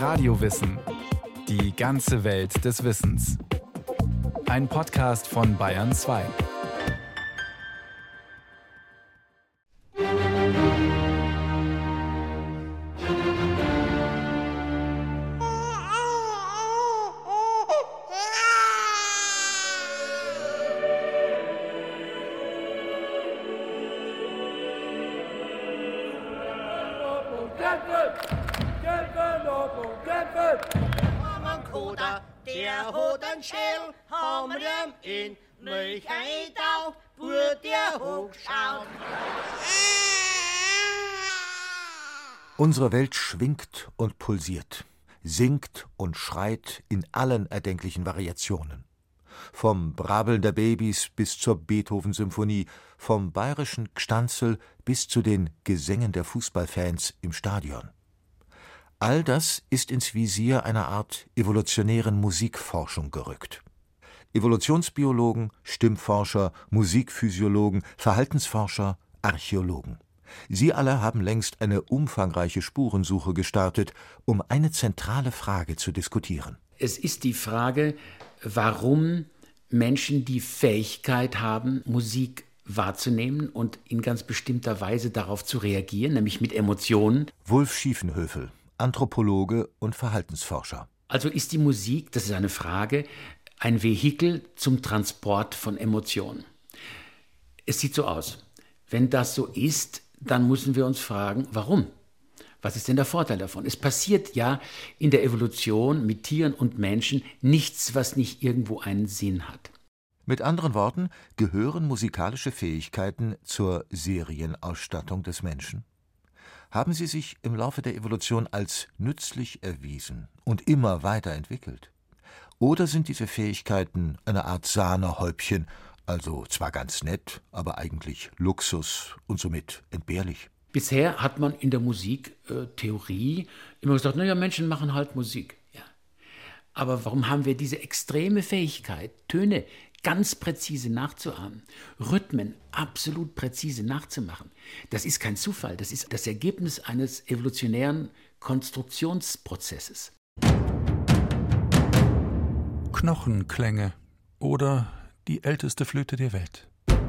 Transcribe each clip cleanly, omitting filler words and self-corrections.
Radiowissen. Die ganze Welt des Wissens. Ein Podcast von Bayern 2. Unsere Welt schwingt und pulsiert, singt und schreit in allen erdenklichen Variationen. Vom Brabbeln der Babys bis zur Beethoven-Symphonie, vom bayerischen Gstanzl bis zu den Gesängen der Fußballfans im Stadion. All das ist ins Visier einer Art evolutionären Musikforschung gerückt. Evolutionsbiologen, Stimmforscher, Musikphysiologen, Verhaltensforscher, Archäologen. Sie alle haben längst eine umfangreiche Spurensuche gestartet, um eine zentrale Frage zu diskutieren. Es ist die Frage, warum Menschen die Fähigkeit haben, Musik wahrzunehmen und in ganz bestimmter Weise darauf zu reagieren, nämlich mit Emotionen. Wulf Schiefenhöfel, Anthropologe und Verhaltensforscher. Also ist die Musik, das ist eine Frage, ein Vehikel zum Transport von Emotionen. Es sieht so aus. Wenn das so ist, dann müssen wir uns fragen, warum? Was ist denn der Vorteil davon? Es passiert ja in der Evolution mit Tieren und Menschen nichts, was nicht irgendwo einen Sinn hat. Mit anderen Worten, gehören musikalische Fähigkeiten zur Serienausstattung des Menschen? Haben sie sich im Laufe der Evolution als nützlich erwiesen und immer weiterentwickelt? Oder sind diese Fähigkeiten eine Art Sahnehäubchen, also zwar ganz nett, aber eigentlich Luxus und somit entbehrlich? Bisher hat man in der Musiktheorie immer gesagt, naja, Menschen machen halt Musik. Ja. Aber warum haben wir diese extreme Fähigkeit, Töne ganz präzise nachzuahmen, Rhythmen absolut präzise nachzumachen? Das ist kein Zufall, das ist das Ergebnis eines evolutionären Konstruktionsprozesses. Knochenklänge oder die älteste Flöte der Welt.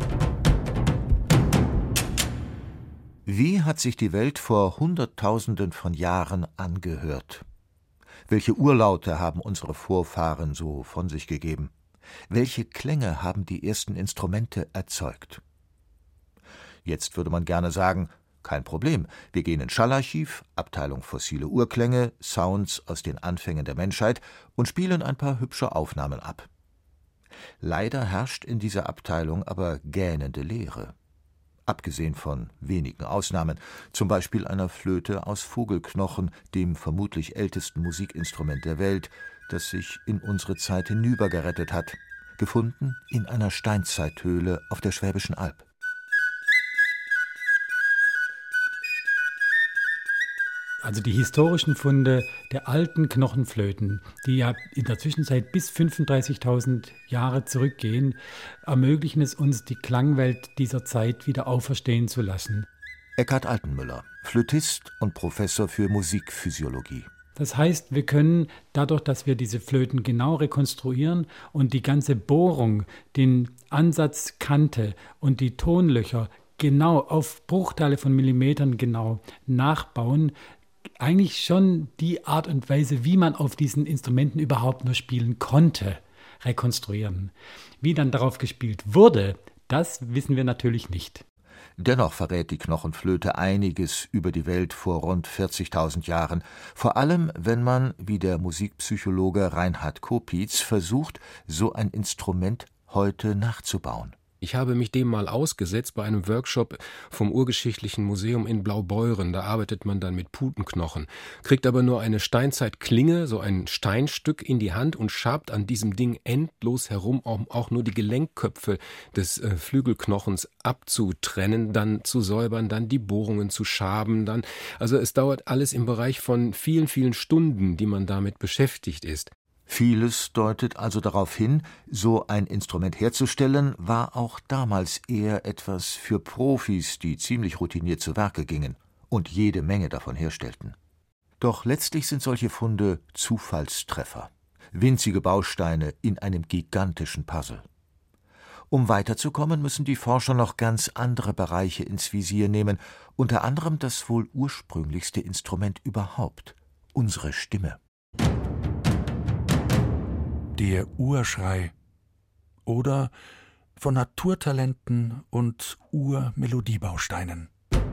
Wie hat sich die Welt vor Hunderttausenden von Jahren angehört? Welche Urlaute haben unsere Vorfahren so von sich gegeben? Welche Klänge haben die ersten Instrumente erzeugt? Jetzt würde man gerne sagen, kein Problem, wir gehen ins Schallarchiv, Abteilung fossile Urklänge, Sounds aus den Anfängen der Menschheit und spielen ein paar hübsche Aufnahmen ab. Leider herrscht in dieser Abteilung aber gähnende Leere. Abgesehen von wenigen Ausnahmen, zum Beispiel einer Flöte aus Vogelknochen, dem vermutlich ältesten Musikinstrument der Welt, das sich in unsere Zeit hinübergerettet hat, gefunden in einer Steinzeithöhle auf der Schwäbischen Alb. Also die historischen Funde der alten Knochenflöten, die ja in der Zwischenzeit bis 35.000 Jahre zurückgehen, ermöglichen es uns, die Klangwelt dieser Zeit wieder auferstehen zu lassen. Eckhard Altenmüller, Flötist und Professor für Musikphysiologie. Das heißt, wir können dadurch, dass wir diese Flöten genau rekonstruieren und die ganze Bohrung, den Ansatz, Kante und die Tonlöcher genau auf Bruchteile von Millimetern genau nachbauen, eigentlich schon die Art und Weise, wie man auf diesen Instrumenten überhaupt nur spielen konnte, rekonstruieren. Wie dann darauf gespielt wurde, das wissen wir natürlich nicht. Dennoch verrät die Knochenflöte einiges über die Welt vor rund 40.000 Jahren, vor allem wenn man, wie der Musikpsychologe Reinhard Kopitz, versucht, so ein Instrument heute nachzubauen. Ich habe mich dem mal ausgesetzt bei einem Workshop vom Urgeschichtlichen Museum in Blaubeuren. Da arbeitet man dann mit Putenknochen, kriegt aber nur eine Steinzeitklinge, so ein Steinstück in die Hand und schabt an diesem Ding endlos herum, um auch nur die Gelenkköpfe des Flügelknochens abzutrennen, dann zu säubern, dann die Bohrungen zu schaben. Also es dauert alles im Bereich von vielen, vielen Stunden, die man damit beschäftigt ist. Vieles deutet also darauf hin, so ein Instrument herzustellen, war auch damals eher etwas für Profis, die ziemlich routiniert zu Werke gingen und jede Menge davon herstellten. Doch letztlich sind solche Funde Zufallstreffer, winzige Bausteine in einem gigantischen Puzzle. Um weiterzukommen, müssen die Forscher noch ganz andere Bereiche ins Visier nehmen, unter anderem das wohl ursprünglichste Instrument überhaupt, unsere Stimme. Der Urschrei oder von Naturtalenten und Urmelodiebausteinen.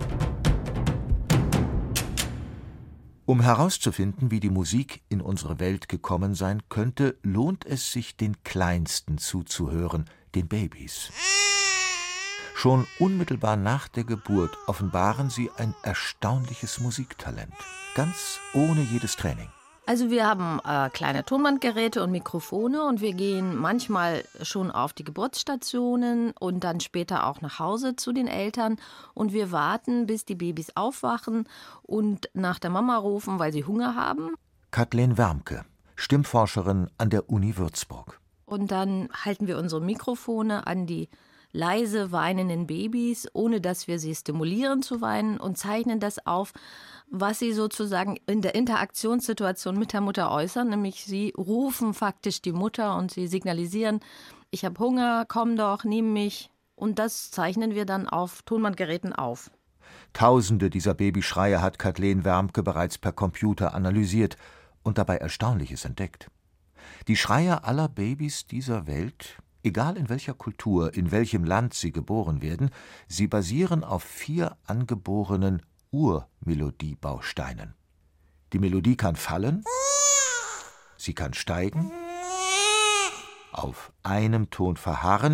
Um herauszufinden, wie die Musik in unsere Welt gekommen sein könnte, lohnt es sich, den Kleinsten zuzuhören, den Babys. Schon unmittelbar nach der Geburt offenbaren sie ein erstaunliches Musiktalent, ganz ohne jedes Training. Also wir haben kleine Tonbandgeräte und Mikrofone und wir gehen manchmal schon auf die Geburtsstationen und dann später auch nach Hause zu den Eltern und wir warten, bis die Babys aufwachen und nach der Mama rufen, weil sie Hunger haben. Kathleen Wermke, Stimmforscherin an der Uni Würzburg. Und dann halten wir unsere Mikrofone an die leise weinenden Babys, ohne dass wir sie stimulieren zu weinen und zeichnen das auf, was sie sozusagen in der Interaktionssituation mit der Mutter äußern, nämlich sie rufen faktisch die Mutter und sie signalisieren, ich habe Hunger, komm doch, nimm mich. Und das zeichnen wir dann auf Tonbandgeräten auf. Tausende dieser Babyschreie hat Kathleen Wermke bereits per Computer analysiert und dabei Erstaunliches entdeckt. Die Schreie aller Babys dieser Welt, egal in welcher Kultur, in welchem Land sie geboren werden, sie basieren auf 4 angeborenen Urmelodiebausteinen. Die Melodie kann fallen, sie kann steigen, auf einem Ton verharren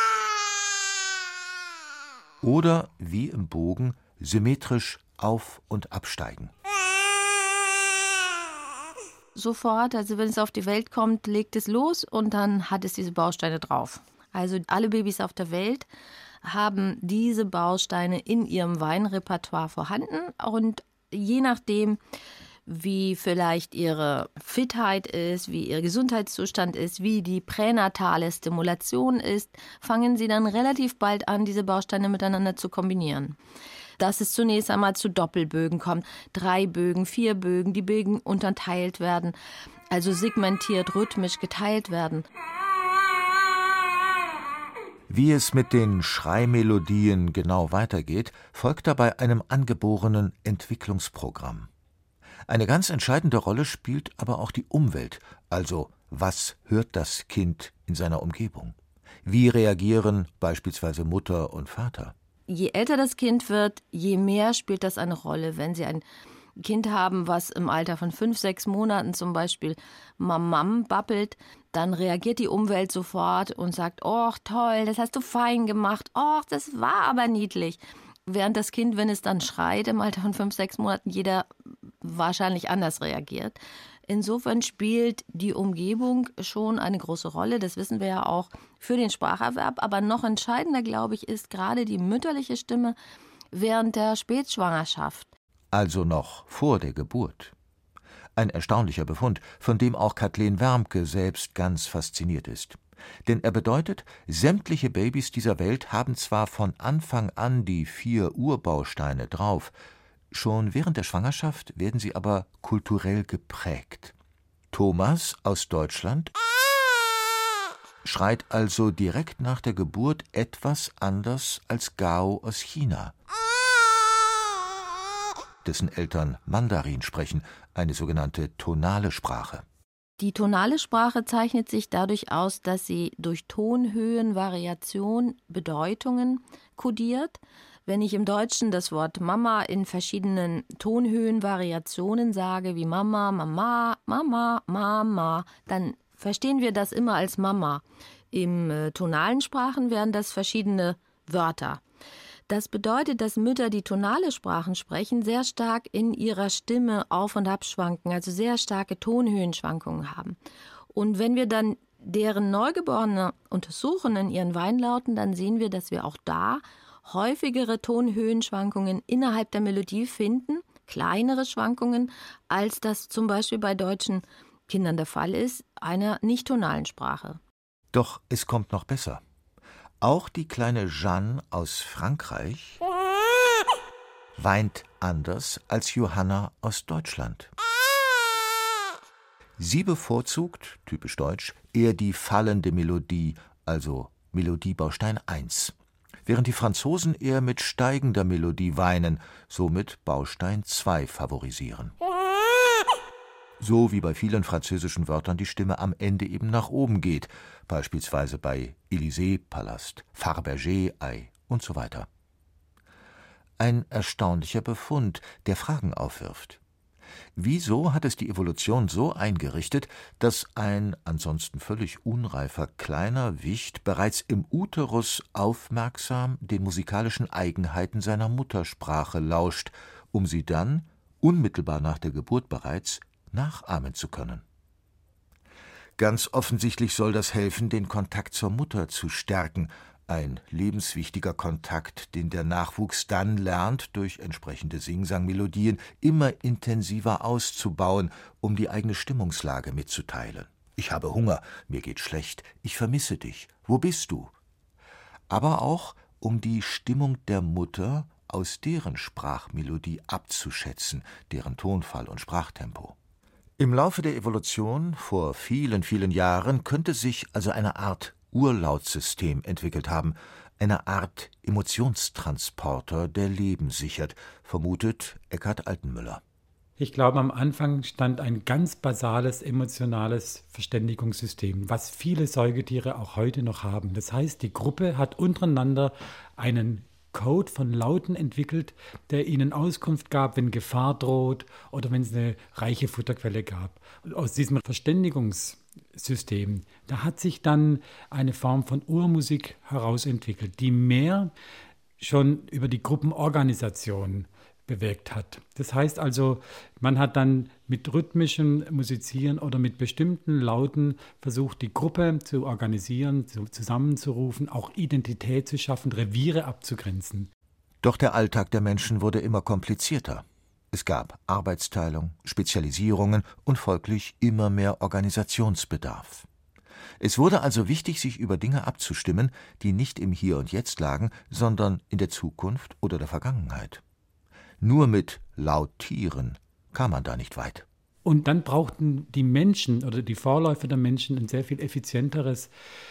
oder, wie im Bogen, symmetrisch auf- und absteigen. Sofort, also wenn es auf die Welt kommt, legt es los und dann hat es diese Bausteine drauf. Also alle Babys auf der Welt haben diese Bausteine in ihrem Weinrepertoire vorhanden und je nachdem, wie vielleicht ihre Fitheit ist, wie ihr Gesundheitszustand ist, wie die pränatale Stimulation ist, fangen sie dann relativ bald an, diese Bausteine miteinander zu kombinieren. Dass es zunächst einmal zu Doppelbögen kommt, 3 Bögen, 4 Bögen, die Bögen unterteilt werden, also segmentiert, rhythmisch geteilt werden. Wie es mit den Schreimelodien genau weitergeht, folgt dabei einem angeborenen Entwicklungsprogramm. Eine ganz entscheidende Rolle spielt aber auch die Umwelt, also was hört das Kind in seiner Umgebung? Wie reagieren beispielsweise Mutter und Vater? Je älter das Kind wird, je mehr spielt das eine Rolle. Wenn Sie ein Kind haben, was im Alter von 5, 6 Monaten zum Beispiel Mamam babbelt, dann reagiert die Umwelt sofort und sagt, oh toll, das hast du fein gemacht, oh, das war aber niedlich. Während das Kind, wenn es dann schreit, im Alter von 5, 6 Monaten, jeder wahrscheinlich anders reagiert. Insofern spielt die Umgebung schon eine große Rolle, das wissen wir ja auch, für den Spracherwerb. Aber noch entscheidender, glaube ich, ist gerade die mütterliche Stimme während der Spätschwangerschaft. Also noch vor der Geburt. Ein erstaunlicher Befund, von dem auch Kathleen Wermke selbst ganz fasziniert ist. Denn er bedeutet, sämtliche Babys dieser Welt haben zwar von Anfang an die 4 Urbausteine drauf, schon während der Schwangerschaft werden sie aber kulturell geprägt. Thomas aus Deutschland schreit also direkt nach der Geburt etwas anders als Gao aus China, dessen Eltern Mandarin sprechen, eine sogenannte tonale Sprache. Die tonale Sprache zeichnet sich dadurch aus, dass sie durch Tonhöhenvariation Bedeutungen kodiert. Wenn ich im Deutschen das Wort Mama in verschiedenen Tonhöhenvariationen sage, wie Mama, Mama, Mama, Mama, dann verstehen wir das immer als Mama. Im tonalen Sprachen wären das verschiedene Wörter. Das bedeutet, dass Mütter, die tonale Sprachen sprechen, sehr stark in ihrer Stimme auf- und abschwanken, also sehr starke Tonhöhenschwankungen haben. Und wenn wir dann deren Neugeborene untersuchen in ihren Weinlauten, dann sehen wir, dass wir auch da häufigere Tonhöhenschwankungen innerhalb der Melodie finden, kleinere Schwankungen, als das zum Beispiel bei deutschen Kindern der Fall ist, einer nicht-tonalen Sprache. Doch es kommt noch besser. Auch die kleine Jeanne aus Frankreich weint anders als Johanna aus Deutschland. Sie bevorzugt, typisch deutsch, eher die fallende Melodie, also Melodiebaustein 1, während die Franzosen eher mit steigender Melodie weinen, somit Baustein 2 favorisieren. So wie bei vielen französischen Wörtern die Stimme am Ende eben nach oben geht, beispielsweise bei Élysée-Palast, Fabergé-Ei und so weiter. Ein erstaunlicher Befund, der Fragen aufwirft. Wieso hat es die Evolution so eingerichtet, dass ein ansonsten völlig unreifer kleiner Wicht bereits im Uterus aufmerksam den musikalischen Eigenheiten seiner Muttersprache lauscht, um sie dann, unmittelbar nach der Geburt bereits, nachahmen zu können? Ganz offensichtlich soll das helfen, den Kontakt zur Mutter zu stärken, ein lebenswichtiger Kontakt, den der Nachwuchs dann lernt, durch entsprechende Singsangmelodien immer intensiver auszubauen, um die eigene Stimmungslage mitzuteilen. Ich habe Hunger, mir geht schlecht, ich vermisse dich, wo bist du? Aber auch, um die Stimmung der Mutter aus deren Sprachmelodie abzuschätzen, deren Tonfall und Sprachtempo. Im Laufe der Evolution, vor vielen, vielen Jahren, könnte sich also eine Art Urlautsystem entwickelt haben, eine Art Emotionstransporter, der Leben sichert, vermutet Eckhard Altenmüller. Ich glaube, am Anfang stand ein ganz basales emotionales Verständigungssystem, was viele Säugetiere auch heute noch haben. Das heißt, die Gruppe hat untereinander einen Code von Lauten entwickelt, der ihnen Auskunft gab, wenn Gefahr droht oder wenn es eine reiche Futterquelle gab. Und aus diesem Verständigungssystem, da hat sich dann eine Form von Urmusik herausentwickelt, die mehr schon über die Gruppenorganisation bewirkt hat. Das heißt also, man hat dann mit rhythmischem Musizieren oder mit bestimmten Lauten versucht, die Gruppe zu organisieren, zusammenzurufen, auch Identität zu schaffen, Reviere abzugrenzen. Doch der Alltag der Menschen wurde immer komplizierter. Es gab Arbeitsteilung, Spezialisierungen und folglich immer mehr Organisationsbedarf. Es wurde also wichtig, sich über Dinge abzustimmen, die nicht im Hier und Jetzt lagen, sondern in der Zukunft oder der Vergangenheit. Nur mit Lautieren kam man da nicht weit. Und dann brauchten die Menschen oder die Vorläufer der Menschen ein sehr viel effizienteres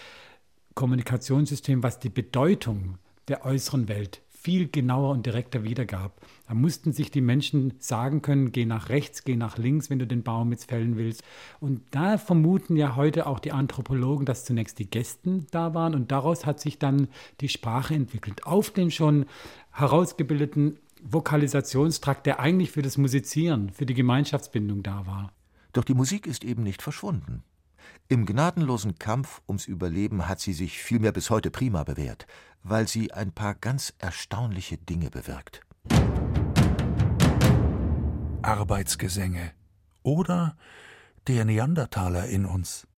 Kommunikationssystem, was die Bedeutung der äußeren Welt viel genauer und direkter wiedergab. Da mussten sich die Menschen sagen können, geh nach rechts, geh nach links, wenn du den Baum jetzt fällen willst. Und da vermuten ja heute auch die Anthropologen, dass zunächst die Gesten da waren und daraus hat sich dann die Sprache entwickelt. Auf dem schon herausgebildeten Vokalisationstrakt, der eigentlich für das Musizieren, für die Gemeinschaftsbindung da war. Doch die Musik ist eben nicht verschwunden. Im gnadenlosen Kampf ums Überleben hat sie sich vielmehr bis heute prima bewährt, weil sie ein paar ganz erstaunliche Dinge bewirkt. Arbeitsgesänge oder der Neandertaler in uns.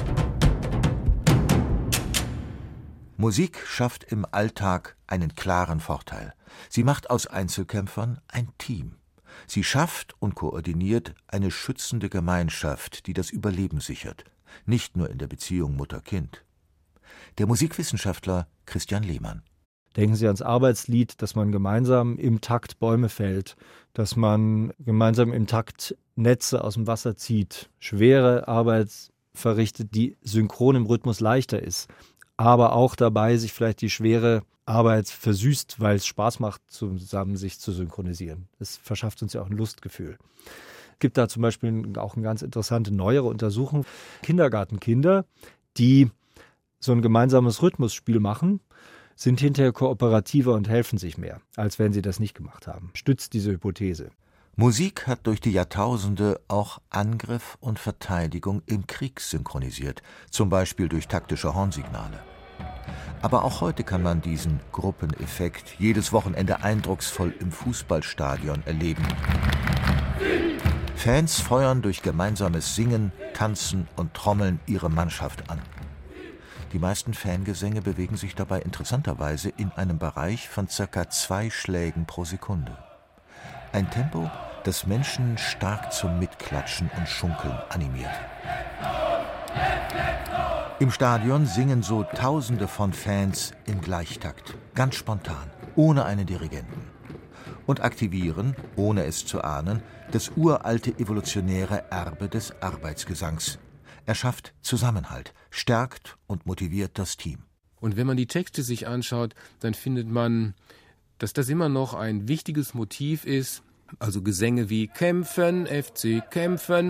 Musik schafft im Alltag einen klaren Vorteil. Sie macht aus Einzelkämpfern ein Team. Sie schafft und koordiniert eine schützende Gemeinschaft, die das Überleben sichert. Nicht nur in der Beziehung Mutter-Kind. Der Musikwissenschaftler Christian Lehmann. Denken Sie ans Arbeitslied, dass man gemeinsam im Takt Bäume fällt, dass man gemeinsam im Takt Netze aus dem Wasser zieht, schwere Arbeit verrichtet, die synchron im Rhythmus leichter ist, aber auch dabei sich vielleicht die schwere Arbeit versüßt, weil es Spaß macht, zusammen sich zu synchronisieren. Das verschafft uns ja auch ein Lustgefühl. Es gibt da zum Beispiel auch eine ganz interessante neuere Untersuchung. Kindergartenkinder, die so ein gemeinsames Rhythmusspiel machen, sind hinterher kooperativer und helfen sich mehr, als wenn sie das nicht gemacht haben. Stützt diese Hypothese. Musik hat durch die Jahrtausende auch Angriff und Verteidigung im Krieg synchronisiert, zum Beispiel durch taktische Hornsignale. Aber auch heute kann man diesen Gruppeneffekt jedes Wochenende eindrucksvoll im Fußballstadion erleben. Fans feuern durch gemeinsames Singen, Tanzen und Trommeln ihre Mannschaft an. Die meisten Fangesänge bewegen sich dabei interessanterweise in einem Bereich von ca. 2 Schlägen pro Sekunde. Ein Tempo, das Menschen stark zum Mitklatschen und Schunkeln animiert. Im Stadion singen so Tausende von Fans im Gleichtakt, ganz spontan, ohne einen Dirigenten. und aktivieren, ohne es zu ahnen, das uralte evolutionäre Erbe des Arbeitsgesangs. Er schafft Zusammenhalt, stärkt und motiviert das Team. Und wenn man die Texte sich anschaut, dann findet man, dass das immer noch ein wichtiges Motiv ist. Also Gesänge wie Kämpfen, FC Kämpfen.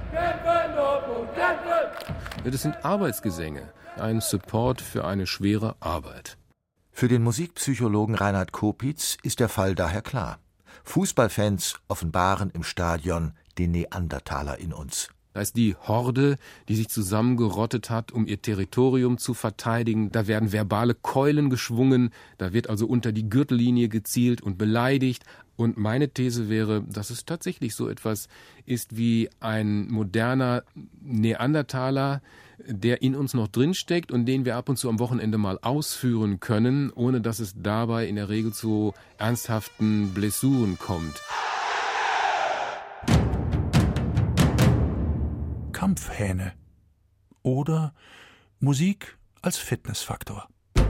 Das sind Arbeitsgesänge, ein Support für eine schwere Arbeit. Für den Musikpsychologen Reinhard Kopitz ist der Fall daher klar. Fußballfans offenbaren im Stadion den Neandertaler in uns. Da ist die Horde, die sich zusammengerottet hat, um ihr Territorium zu verteidigen. Da werden verbale Keulen geschwungen, da wird also unter die Gürtellinie gezielt und beleidigt. Und meine These wäre, dass es tatsächlich so etwas ist wie ein moderner Neandertaler, der in uns noch drinsteckt und den wir ab und zu am Wochenende mal ausführen können, ohne dass es dabei in der Regel zu ernsthaften Blessuren kommt. Kampfhähne oder Musik als Fitnessfaktor.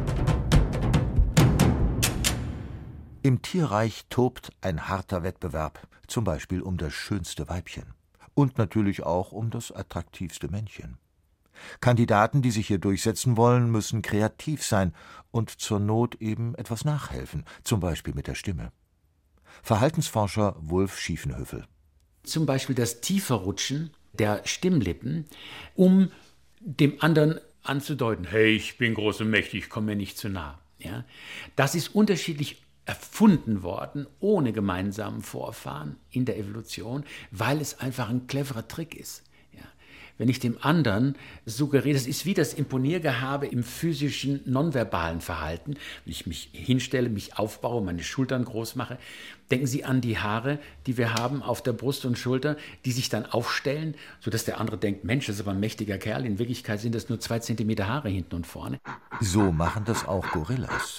Im Tierreich tobt ein harter Wettbewerb, zum Beispiel um das schönste Weibchen und natürlich auch um das attraktivste Männchen. Kandidaten, die sich hier durchsetzen wollen, müssen kreativ sein und zur Not eben etwas nachhelfen, zum Beispiel mit der Stimme. Verhaltensforscher Wulf Schiefenhöfel. Zum Beispiel das Tieferrutschen der Stimmlippen, um dem anderen anzudeuten, hey, ich bin groß und mächtig, komm mir nicht zu nah. Ja? Das ist unterschiedlich erfunden worden, ohne gemeinsamen Vorfahren in der Evolution, weil es einfach ein cleverer Trick ist. Ja? Wenn ich dem anderen suggeriere, das ist wie das Imponiergehabe im physischen, nonverbalen Verhalten, wenn ich mich hinstelle, mich aufbaue, meine Schultern groß mache, denken Sie an die Haare, die wir haben auf der Brust und Schulter, die sich dann aufstellen, sodass der andere denkt, Mensch, das ist aber ein mächtiger Kerl. In Wirklichkeit sind das nur 2 Zentimeter Haare hinten und vorne. So machen das auch Gorillas.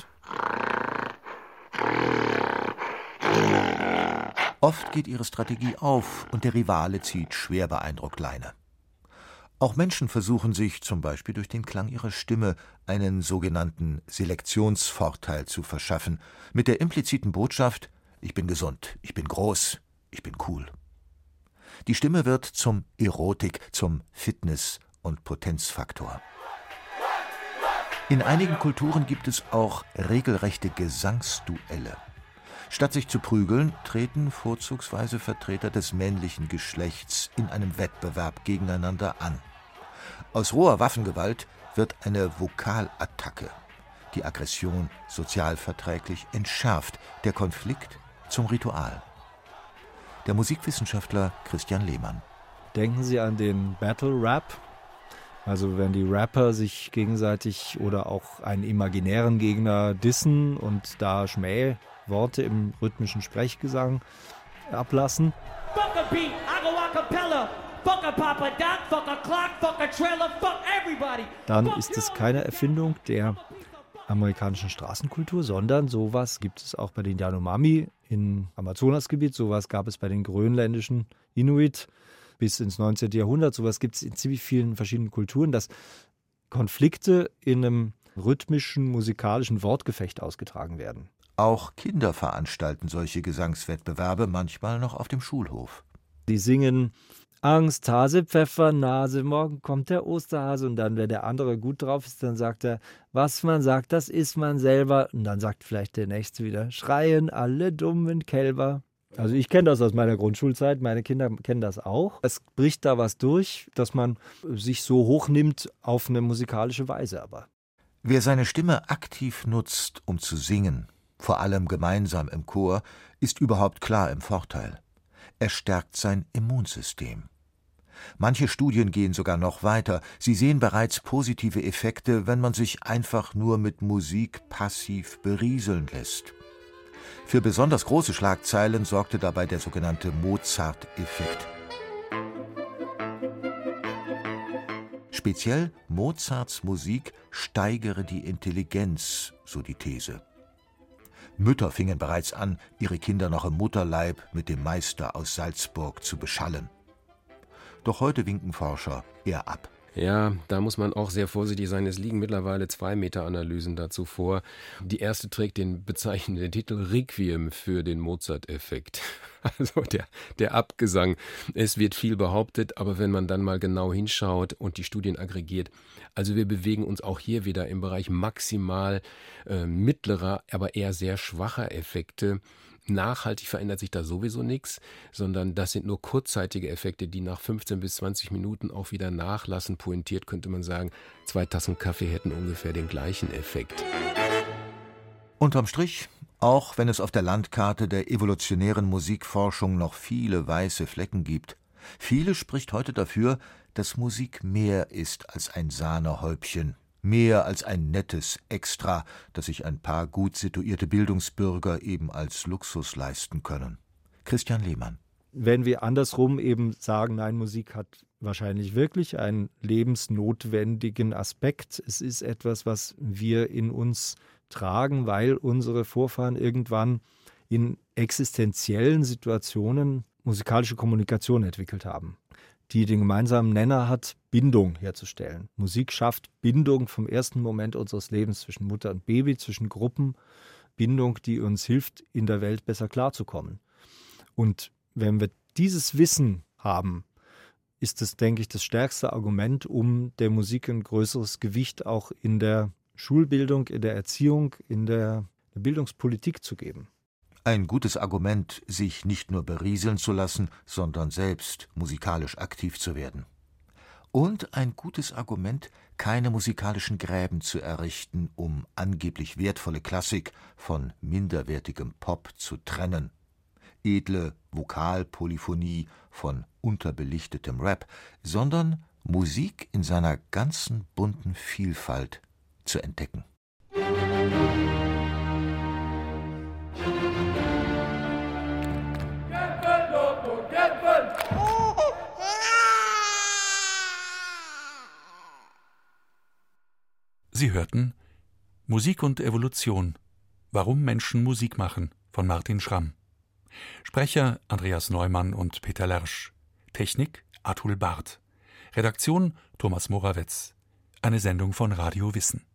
Oft geht ihre Strategie auf und der Rivale zieht schwer beeindruckt Leine. Auch Menschen versuchen sich, zum Beispiel durch den Klang ihrer Stimme, einen sogenannten Selektionsvorteil zu verschaffen, mit der impliziten Botschaft: Ich bin gesund, ich bin groß, ich bin cool. Die Stimme wird zum Erotik-, zum Fitness- und Potenzfaktor. In einigen Kulturen gibt es auch regelrechte Gesangsduelle. Statt sich zu prügeln, treten vorzugsweise Vertreter des männlichen Geschlechts in einem Wettbewerb gegeneinander an. Aus roher Waffengewalt wird eine Vokalattacke. Die Aggression sozialverträglich entschärft, der Konflikt zum Ritual. Der Musikwissenschaftler Christian Lehmann. Denken Sie an den Battle Rap. Also wenn die Rapper sich gegenseitig oder auch einen imaginären Gegner dissen und da Schmähworte im rhythmischen Sprechgesang ablassen. Dann ist es keine Erfindung der amerikanischen Straßenkultur, sondern sowas gibt es auch bei den Yanomami im Amazonasgebiet, sowas gab es bei den grönländischen Inuit bis ins 19. Jahrhundert, sowas gibt es in ziemlich vielen verschiedenen Kulturen, dass Konflikte in einem rhythmischen, musikalischen Wortgefecht ausgetragen werden. Auch Kinder veranstalten solche Gesangswettbewerbe, manchmal noch auf dem Schulhof. Die singen Angst, Hase, Pfeffer, Nase, morgen kommt der Osterhase. Und dann, wenn der andere gut drauf ist, dann sagt er, was man sagt, das ist man selber. Und dann sagt vielleicht der Nächste wieder, schreien alle dummen Kälber. Also ich kenne das aus meiner Grundschulzeit, meine Kinder kennen das auch. Es bricht da was durch, dass man sich so hochnimmt auf eine musikalische Weise aber. Wer seine Stimme aktiv nutzt, um zu singen, vor allem gemeinsam im Chor, ist überhaupt klar im Vorteil. Er stärkt sein Immunsystem. Manche Studien gehen sogar noch weiter. Sie sehen bereits positive Effekte, wenn man sich einfach nur mit Musik passiv berieseln lässt. Für besonders große Schlagzeilen sorgte dabei der sogenannte Mozart-Effekt. Speziell Mozarts Musik steigere die Intelligenz, so die These. Mütter fingen bereits an, ihre Kinder noch im Mutterleib mit dem Meister aus Salzburg zu beschallen. Doch heute winken Forscher eher ab. Ja, da muss man auch sehr vorsichtig sein. Es liegen mittlerweile 2-Meter-Analysen dazu vor. Die erste trägt den bezeichnenden Titel Requiem für den Mozart-Effekt. Also der Abgesang. Es wird viel behauptet, aber wenn man dann mal genau hinschaut und die Studien aggregiert, also wir bewegen uns auch hier wieder im Bereich maximal mittlerer, aber eher sehr schwacher Effekte. Nachhaltig verändert sich da sowieso nichts, sondern das sind nur kurzzeitige Effekte, die nach 15 bis 20 Minuten auch wieder nachlassen. Pointiert könnte man sagen, 2 Tassen Kaffee hätten ungefähr den gleichen Effekt. Unterm Strich, auch wenn es auf der Landkarte der evolutionären Musikforschung noch viele weiße Flecken gibt, vieles spricht heute dafür, dass Musik mehr ist als ein Sahnehäubchen. Mehr als ein nettes Extra, das sich ein paar gut situierte Bildungsbürger eben als Luxus leisten können. Christian Lehmann. Wenn wir andersrum eben sagen, nein, Musik hat wahrscheinlich wirklich einen lebensnotwendigen Aspekt. Es ist etwas, was wir in uns tragen, weil unsere Vorfahren irgendwann in existenziellen Situationen musikalische Kommunikation entwickelt haben, die den gemeinsamen Nenner hat, Bindung herzustellen. Musik schafft Bindung vom ersten Moment unseres Lebens zwischen Mutter und Baby, zwischen Gruppen. Bindung, die uns hilft, in der Welt besser klarzukommen. Und wenn wir dieses Wissen haben, ist es, denke ich, das stärkste Argument, um der Musik ein größeres Gewicht auch in der Schulbildung, in der Erziehung, in der Bildungspolitik zu geben. Ein gutes Argument, sich nicht nur berieseln zu lassen, sondern selbst musikalisch aktiv zu werden. Und ein gutes Argument, keine musikalischen Gräben zu errichten, um angeblich wertvolle Klassik von minderwertigem Pop zu trennen. Edle Vokalpolyphonie von unterbelichtetem Rap, sondern Musik in seiner ganzen bunten Vielfalt zu entdecken. Sie hörten Musik und Evolution. Warum Menschen Musik machen von Martin Schramm. Sprecher Andreas Neumann und Peter Lersch. Technik Atul Barth. Redaktion Thomas Morawetz. Eine Sendung von Radio Wissen.